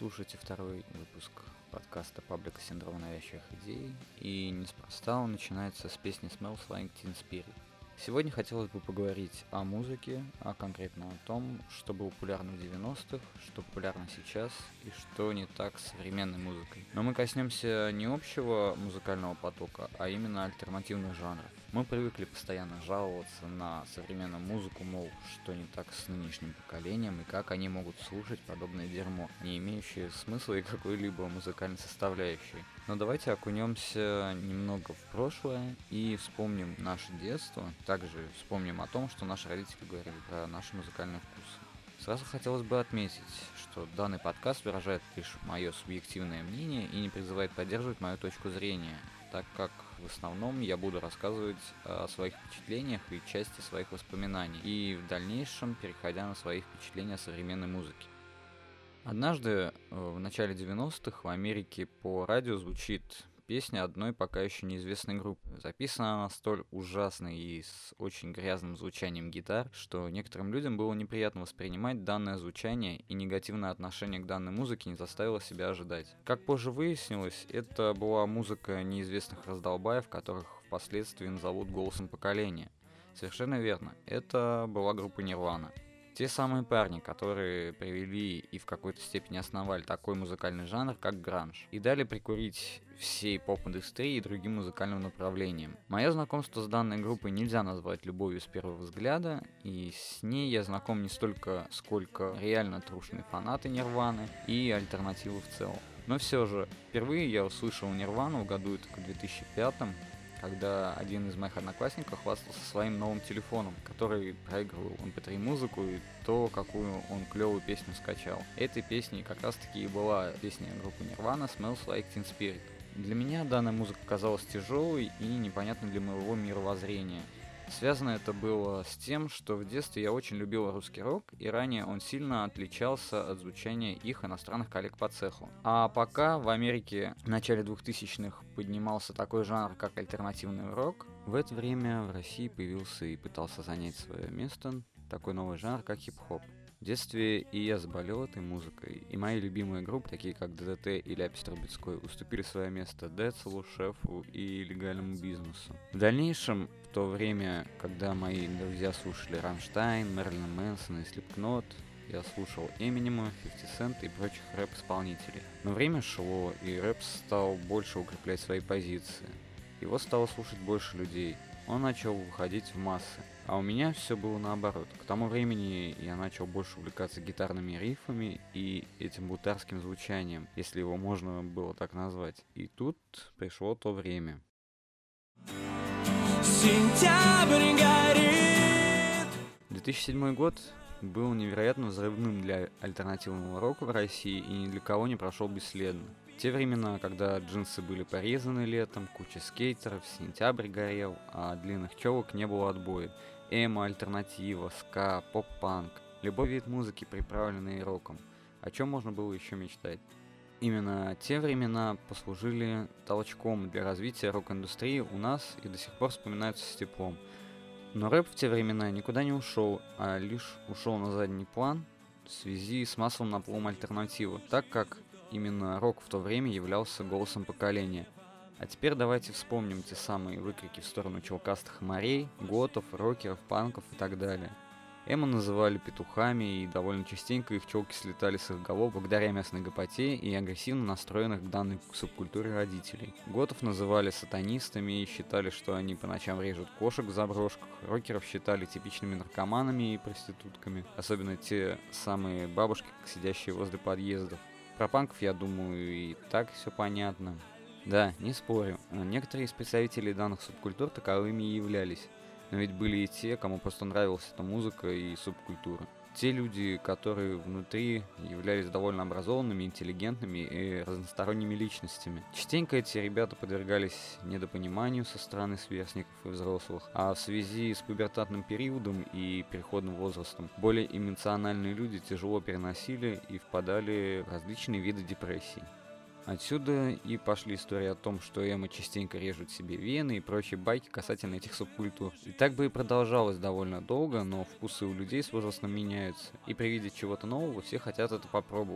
слушаете второй выпуск подкаста паблика «Синдром навязчивых идей», и неспроста он начинается с песни «Smells Like Teen Spirit». Сегодня хотелось бы поговорить о музыке, а конкретно о том, что было популярно в 90-х, что популярно сейчас и что не так с современной музыкой. Но мы коснемся не общего музыкального потока, а именно альтернативных жанров. Мы привыкли постоянно жаловаться на современную музыку, мол, что не так с нынешним поколением и как они могут слушать подобное дерьмо, не имеющее смысла и какой-либо музыкальной составляющей. Но давайте окунемся немного в прошлое и вспомним наше детство. Также вспомним о том, что наши родители говорили про наши музыкальные вкусы. Сразу хотелось бы отметить, что данный подкаст выражает лишь мое субъективное мнение и не призывает поддерживать мою точку зрения, так как в основном я буду рассказывать о своих впечатлениях и части своих воспоминаний, и в дальнейшем переходя на свои впечатления о современной музыке. Однажды, в начале 90-х, в Америке по радио звучит песня одной пока еще неизвестной группы. Записана она столь ужасной и с очень грязным звучанием гитар, что некоторым людям было неприятно воспринимать данное звучание, и негативное отношение к данной музыке не заставило себя ожидать. Как позже выяснилось, это была музыка неизвестных раздолбаев, которых впоследствии назовут голосом поколения. Совершенно верно, это была группа Nirvana. Те самые парни, которые привели и в какой-то степени основали такой музыкальный жанр, как гранж, и дали прикурить всей поп-индустрии и другим музыкальным направлениям. Мое знакомство с данной группой нельзя назвать любовью с первого взгляда, и с ней я знаком не столько, сколько реально трушные фанаты Нирваны и альтернативы в целом. Но все же, впервые я услышал Нирвану в году это в 2005-м, когда один из моих одноклассников хвастался своим новым телефоном, который проигрывал MP3 музыку и то, какую он клевую песню скачал. Этой песней как раз таки и была песня группы Nirvana «Smells Like Teen Spirit». Для меня данная музыка казалась тяжелой и непонятной для моего мировоззрения. Связано это было с тем, что в детстве я очень любил русский рок, и ранее он сильно отличался от звучания их иностранных коллег по цеху. А пока в Америке в начале 2000-х поднимался такой жанр, как альтернативный рок, в это время в России появился и пытался занять свое место такой новый жанр, как хип-хоп. В детстве и я заболел этой музыкой, и мои любимые группы, такие как ДДТ и Ляпис Трубецкой, уступили свое место Децлу, Шефу и легальному бизнесу. В дальнейшем, в то время, когда мои друзья слушали Рамштайн, Мэрилина Мэнсона и Слипкнот, я слушал Эминема, 50 Cent и прочих рэп-исполнителей. Но время шло, и рэп стал больше укреплять свои позиции. Его стало слушать больше людей. Он начал выходить в массы. А у меня все было наоборот. К тому времени я начал больше увлекаться гитарными рифами и этим бунтарским звучанием, если его можно было так назвать. И тут пришло то время. Сентябрь горит. 2007 год был невероятно взрывным для альтернативного рока в России и ни для кого не прошел бесследно. Те времена, когда джинсы были порезаны летом, куча скейтеров, сентябрь горел, а длинных челок не было отбоя. Эмо, альтернатива, ска, поп-панк. Любой вид музыки, приправленный роком. О чем можно было еще мечтать? Именно те времена послужили толчком для развития рок-индустрии у нас и до сих пор вспоминаются с теплом. Но рэп в те времена никуда не ушел, а лишь ушел на задний план в связи с массовым наплывом альтернативы, так как именно рок в то время являлся голосом поколения. А теперь давайте вспомним те самые выкрики в сторону челкастых морей, готов, рокеров, панков и так далее. Эмо называли петухами, и довольно частенько их челки слетали с их голов благодаря местной гопоте и агрессивно настроенных к данной субкультуре родителей. Готов называли сатанистами и считали, что они по ночам режут кошек в заброшках. Рокеров считали типичными наркоманами и проститутками, особенно те самые бабушки, сидящие возле подъездов. Про панков, я думаю, и так все понятно. Да, не спорю, некоторые из представителей данных субкультур таковыми и являлись. Но ведь были и те, кому просто нравилась эта музыка и субкультура. Те люди, которые внутри являлись довольно образованными, интеллигентными и разносторонними личностями. Частенько эти ребята подвергались недопониманию со стороны сверстников и взрослых, а в связи с пубертатным периодом и переходным возрастом более эмоциональные люди тяжело переносили и впадали в различные виды депрессий. Отсюда и пошли истории о том, что эмо частенько режут себе вены и прочие байки касательно этих субкультур. И так бы и продолжалось довольно долго, но вкусы у людей с возрастом меняются, и при виде чего-то нового все хотят это попробовать.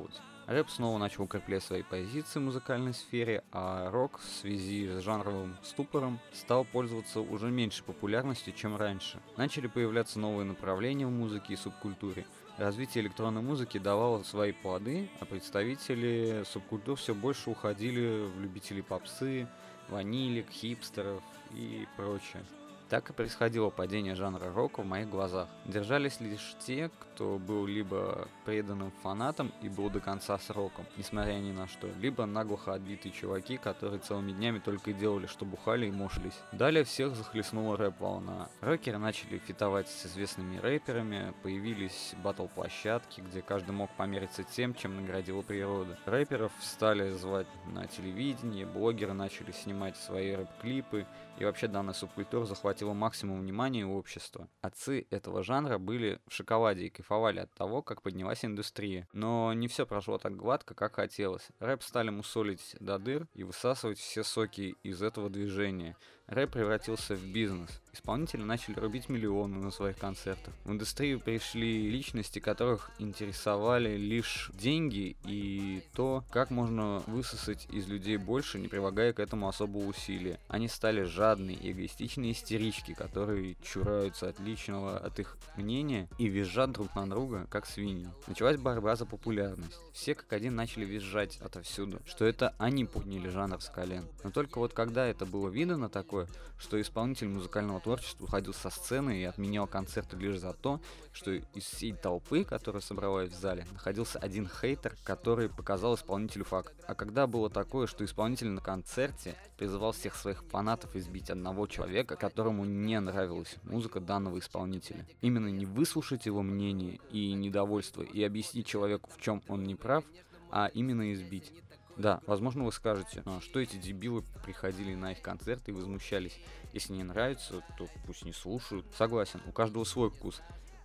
Рэп снова начал укреплять свои позиции в музыкальной сфере, а рок в связи с жанровым ступором стал пользоваться уже меньшей популярностью, чем раньше. Начали появляться новые направления в музыке и субкультуре. Развитие электронной музыки давало свои плоды, а представители субкультур все больше уходили в любителей попсы, ванилек, хипстеров и прочее. Так и происходило падение жанра рока в моих глазах. Держались лишь те, кто был либо преданным фанатом и был до конца с роком, несмотря ни на что, либо наглухо отбитые чуваки, которые целыми днями только и делали, что бухали и мошились. Далее всех захлестнула рэп-волна. Рокеры начали фитовать с известными рэперами, появились батл-площадки, где каждый мог помериться тем, чем наградила природа. Рэперов стали звать на телевидение, блогеры начали снимать свои рэп-клипы, и вообще данная субкультура захватила максимум внимания у общества. Отцы этого жанра были в шоколаде и кайфовали от того, как поднялась индустрия. Но не все прошло так гладко, как хотелось. Рэп стали мусолить до дыр и высасывать все соки из этого движения. Рэп превратился в бизнес. Исполнители начали рубить миллионы на своих концертах. В индустрию пришли личности, которых интересовали лишь деньги и то, как можно высосать из людей больше, не прилагая к этому особого усилия. Они стали жадные, эгоистичные истерички, которые чураются от личного, от их мнения и визжат друг на друга, как свиньи. Началась борьба за популярность. Все как один начали визжать отовсюду, что это они подняли жанр с колен. Но только вот когда это было видно такое, что исполнитель музыкального творчества уходил со сцены и отменял концерты лишь за то, что из всей толпы, которая собралась в зале, находился один хейтер, который показал исполнителю факт. А когда было такое, что исполнитель на концерте призывал всех своих фанатов избить одного человека, которому не нравилась музыка данного исполнителя. Именно не выслушать его мнение и недовольство и объяснить человеку, в чем он не прав, а именно избить. Да, возможно, вы скажете, что эти дебилы приходили на их концерты и возмущались. Если не нравится, то пусть не слушают. Согласен, у каждого свой вкус.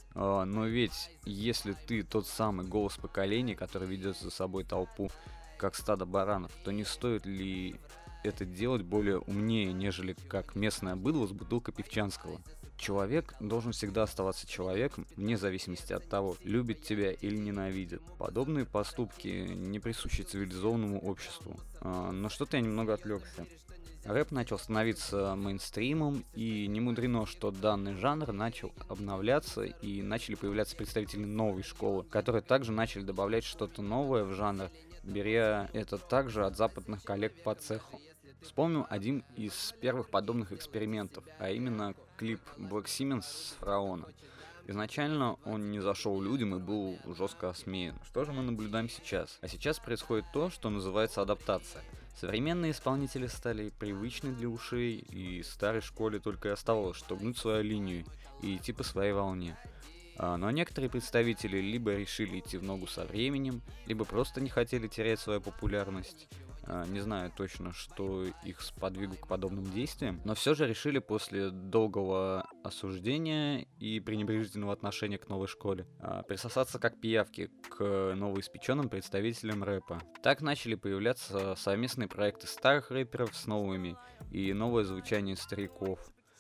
Но ведь, если ты тот самый голос поколения, который ведет за собой толпу, как стадо баранов, то не стоит ли это делать более умнее, нежели как местное быдло с бутылкой пивчанского? Человек должен всегда оставаться человеком, вне зависимости от того, любит тебя или ненавидит. Подобные поступки не присущи цивилизованному обществу. Но что-то я немного отвлекся. Рэп начал становиться мейнстримом, и не мудрено, что данный жанр начал обновляться, и начали появляться представители новой школы, которые также начали добавлять что-то новое в жанр, беря это также от западных коллег по цеху. Вспомню один из первых подобных экспериментов, а именно клип Black Simmons с Фараона. Изначально он не зашел людям и был жестко осмеян. Что же мы наблюдаем сейчас? А сейчас происходит то, что называется адаптация. Современные исполнители стали привычны для ушей, и старой школе только и оставалось, что гнуть свою линию и идти по своей волне. Но некоторые представители либо решили идти в ногу со временем, либо просто не хотели терять свою популярность. Не знаю точно, что их сподвигло к подобным действиям, но все же решили после долгого осуждения и пренебрежительного отношения к новой школе присосаться как пиявки к новоиспеченным представителям рэпа. Так начали появляться совместные проекты старых рэперов с новыми и новое звучание стариков.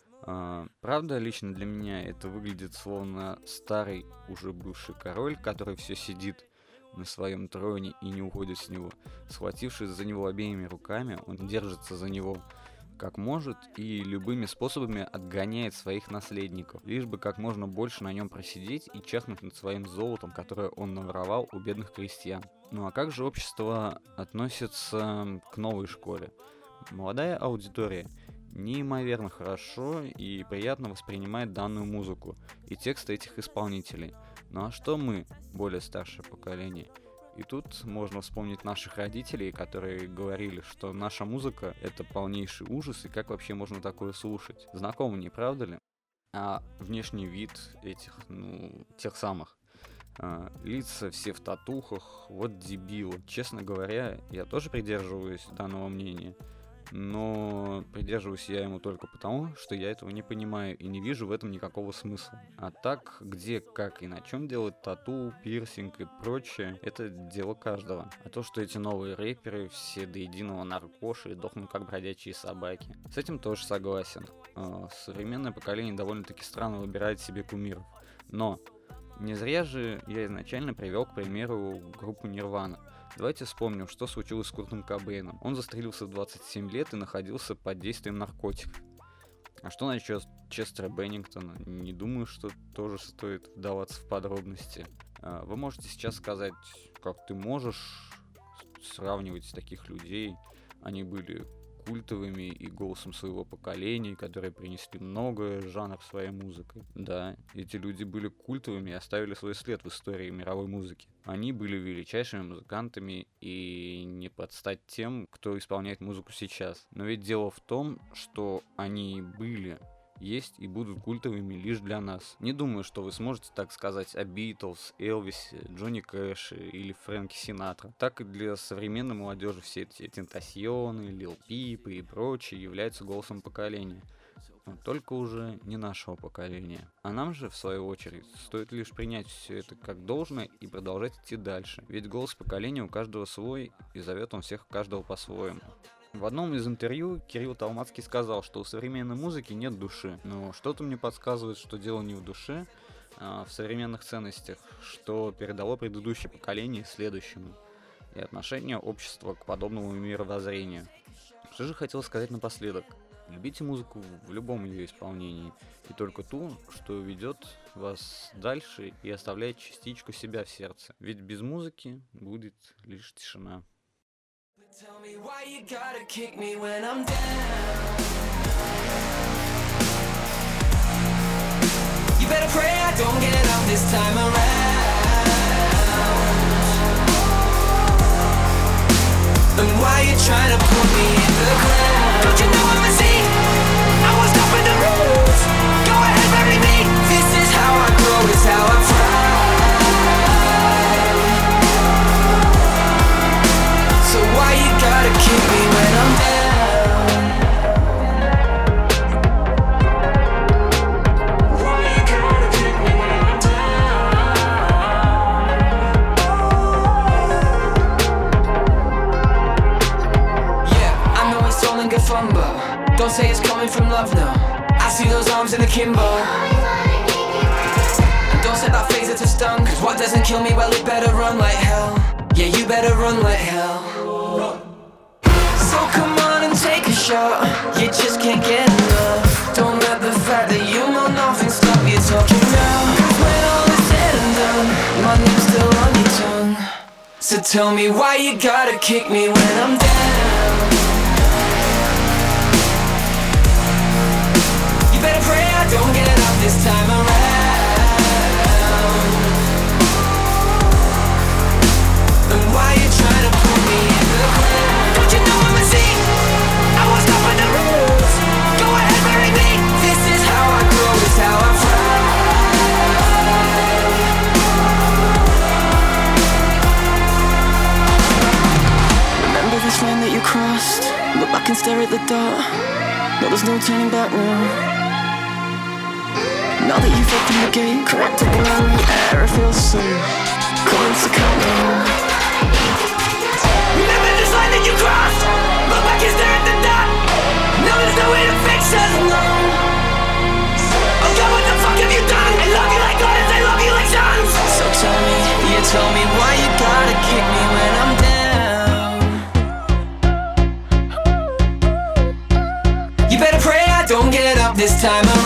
Правда, лично для меня это выглядит словно старый уже бывший король, который все сидит на своем троне и не уходит с него. Схватившись за него обеими руками, он держится за него как может и любыми способами отгоняет своих наследников, лишь бы как можно больше на нем просидеть и чахнуть над своим золотом, которое он наворовал у бедных крестьян. Ну а как же общество относится к новой школе? Молодая аудитория неимоверно хорошо и приятно воспринимает данную музыку и тексты этих исполнителей. Ну а что мы, более старшее поколение? И тут можно вспомнить наших родителей, которые говорили, что наша музыка — это полнейший ужас, и как вообще можно такое слушать? Знакомо, не правда ли? А внешний вид этих, тех самых лица все в татухах, вот дебилы. Честно говоря, я тоже придерживаюсь данного мнения. Но придерживаюсь я ему только потому, что я этого не понимаю и не вижу в этом никакого смысла. А так, где, как и на чем делать тату, пирсинг и прочее, это дело каждого. А то, что эти новые рэперы все до единого наркоши и дохнут как бродячие собаки, с этим тоже согласен. Современное поколение довольно-таки странно выбирает себе кумиров. Но не зря же я изначально привел к примеру группу Nirvana. Давайте вспомним, что случилось с Куртом Кобейном. Он застрелился в 27 лет и находился под действием наркотиков. А что насчет Честера Беннингтона? Не думаю, что тоже стоит вдаваться в подробности. Вы можете сейчас сказать, как ты можешь сравнивать таких людей. Они были культовыми и голосом своего поколения, которые принесли много жанров своей музыкой. Да, эти люди были культовыми и оставили свой след в истории мировой музыки. Они были величайшими музыкантами и не под стать тем, кто исполняет музыку сейчас. Но ведь дело в том, что они были, есть и будут культовыми лишь для нас. Не думаю, что вы сможете так сказать о Битлз, Элвисе, Джонни Кэше или Фрэнки Синатра. Так и для современной молодежи все эти Тентасьоны, Лил Пипы и прочие являются голосом поколения. Но только уже не нашего поколения. А нам же, в свою очередь, стоит лишь принять все это как должное и продолжать идти дальше. Ведь голос поколения у каждого свой, и зовет он всех каждого по-своему. В одном из интервью Кирилл Толмацкий сказал, что у современной музыки нет души. Но что-то мне подсказывает, что дело не в душе, а в современных ценностях, что передало предыдущее поколение следующему, и отношение общества к подобному мировоззрению. Что же хотел сказать напоследок? Любите музыку в любом ее исполнении, и только ту, что ведет вас дальше и оставляет частичку себя в сердце. Ведь без музыки будет лишь тишина. Tell me why you gotta kick me when I'm down. You better pray I don't get up this time around. Then why you trying to put me in the ground? Don't you know I'm a seed? I was up in the roots. Go ahead, bury me. This is how I grow, this how I thrive. So why you gotta kick me when I'm down? Why you gotta kick me when I'm down? Yeah, I know it's all in good fun, but don't say it's coming from love now. I see those arms in akimbo. And don't set that phaser to stun, cause what doesn't kill me, well it better run like hell. Yeah, you better run like hell. So come on and take a shot. You just can't get enough. Don't let the fact that you know nothing stop you talking now. Cause when all is said and done, my name's still on your tongue. So tell me why you gotta kick me when I'm down. You better pray I don't get up this time around. Then why you trying to put me in the ground? Don't you know I'm a seed? I was up in the roots. Go ahead, bury me. This is how I grow, this how I thrive. Remember this line that you crossed? Look back and stare at the dot. No, there's no turning back now. Now that you've opened the gate, cracked up around the air, it feels safe. Calling to come now. Remember this line that you crossed? Look back and stare at the dot. No, there's no way to fix us, no. Oh God, what the fuck have you done? I love you like daughters, I love you like sons. So tell me, you tell me why you gotta kick me when I'm down. You better pray I don't get up this time around.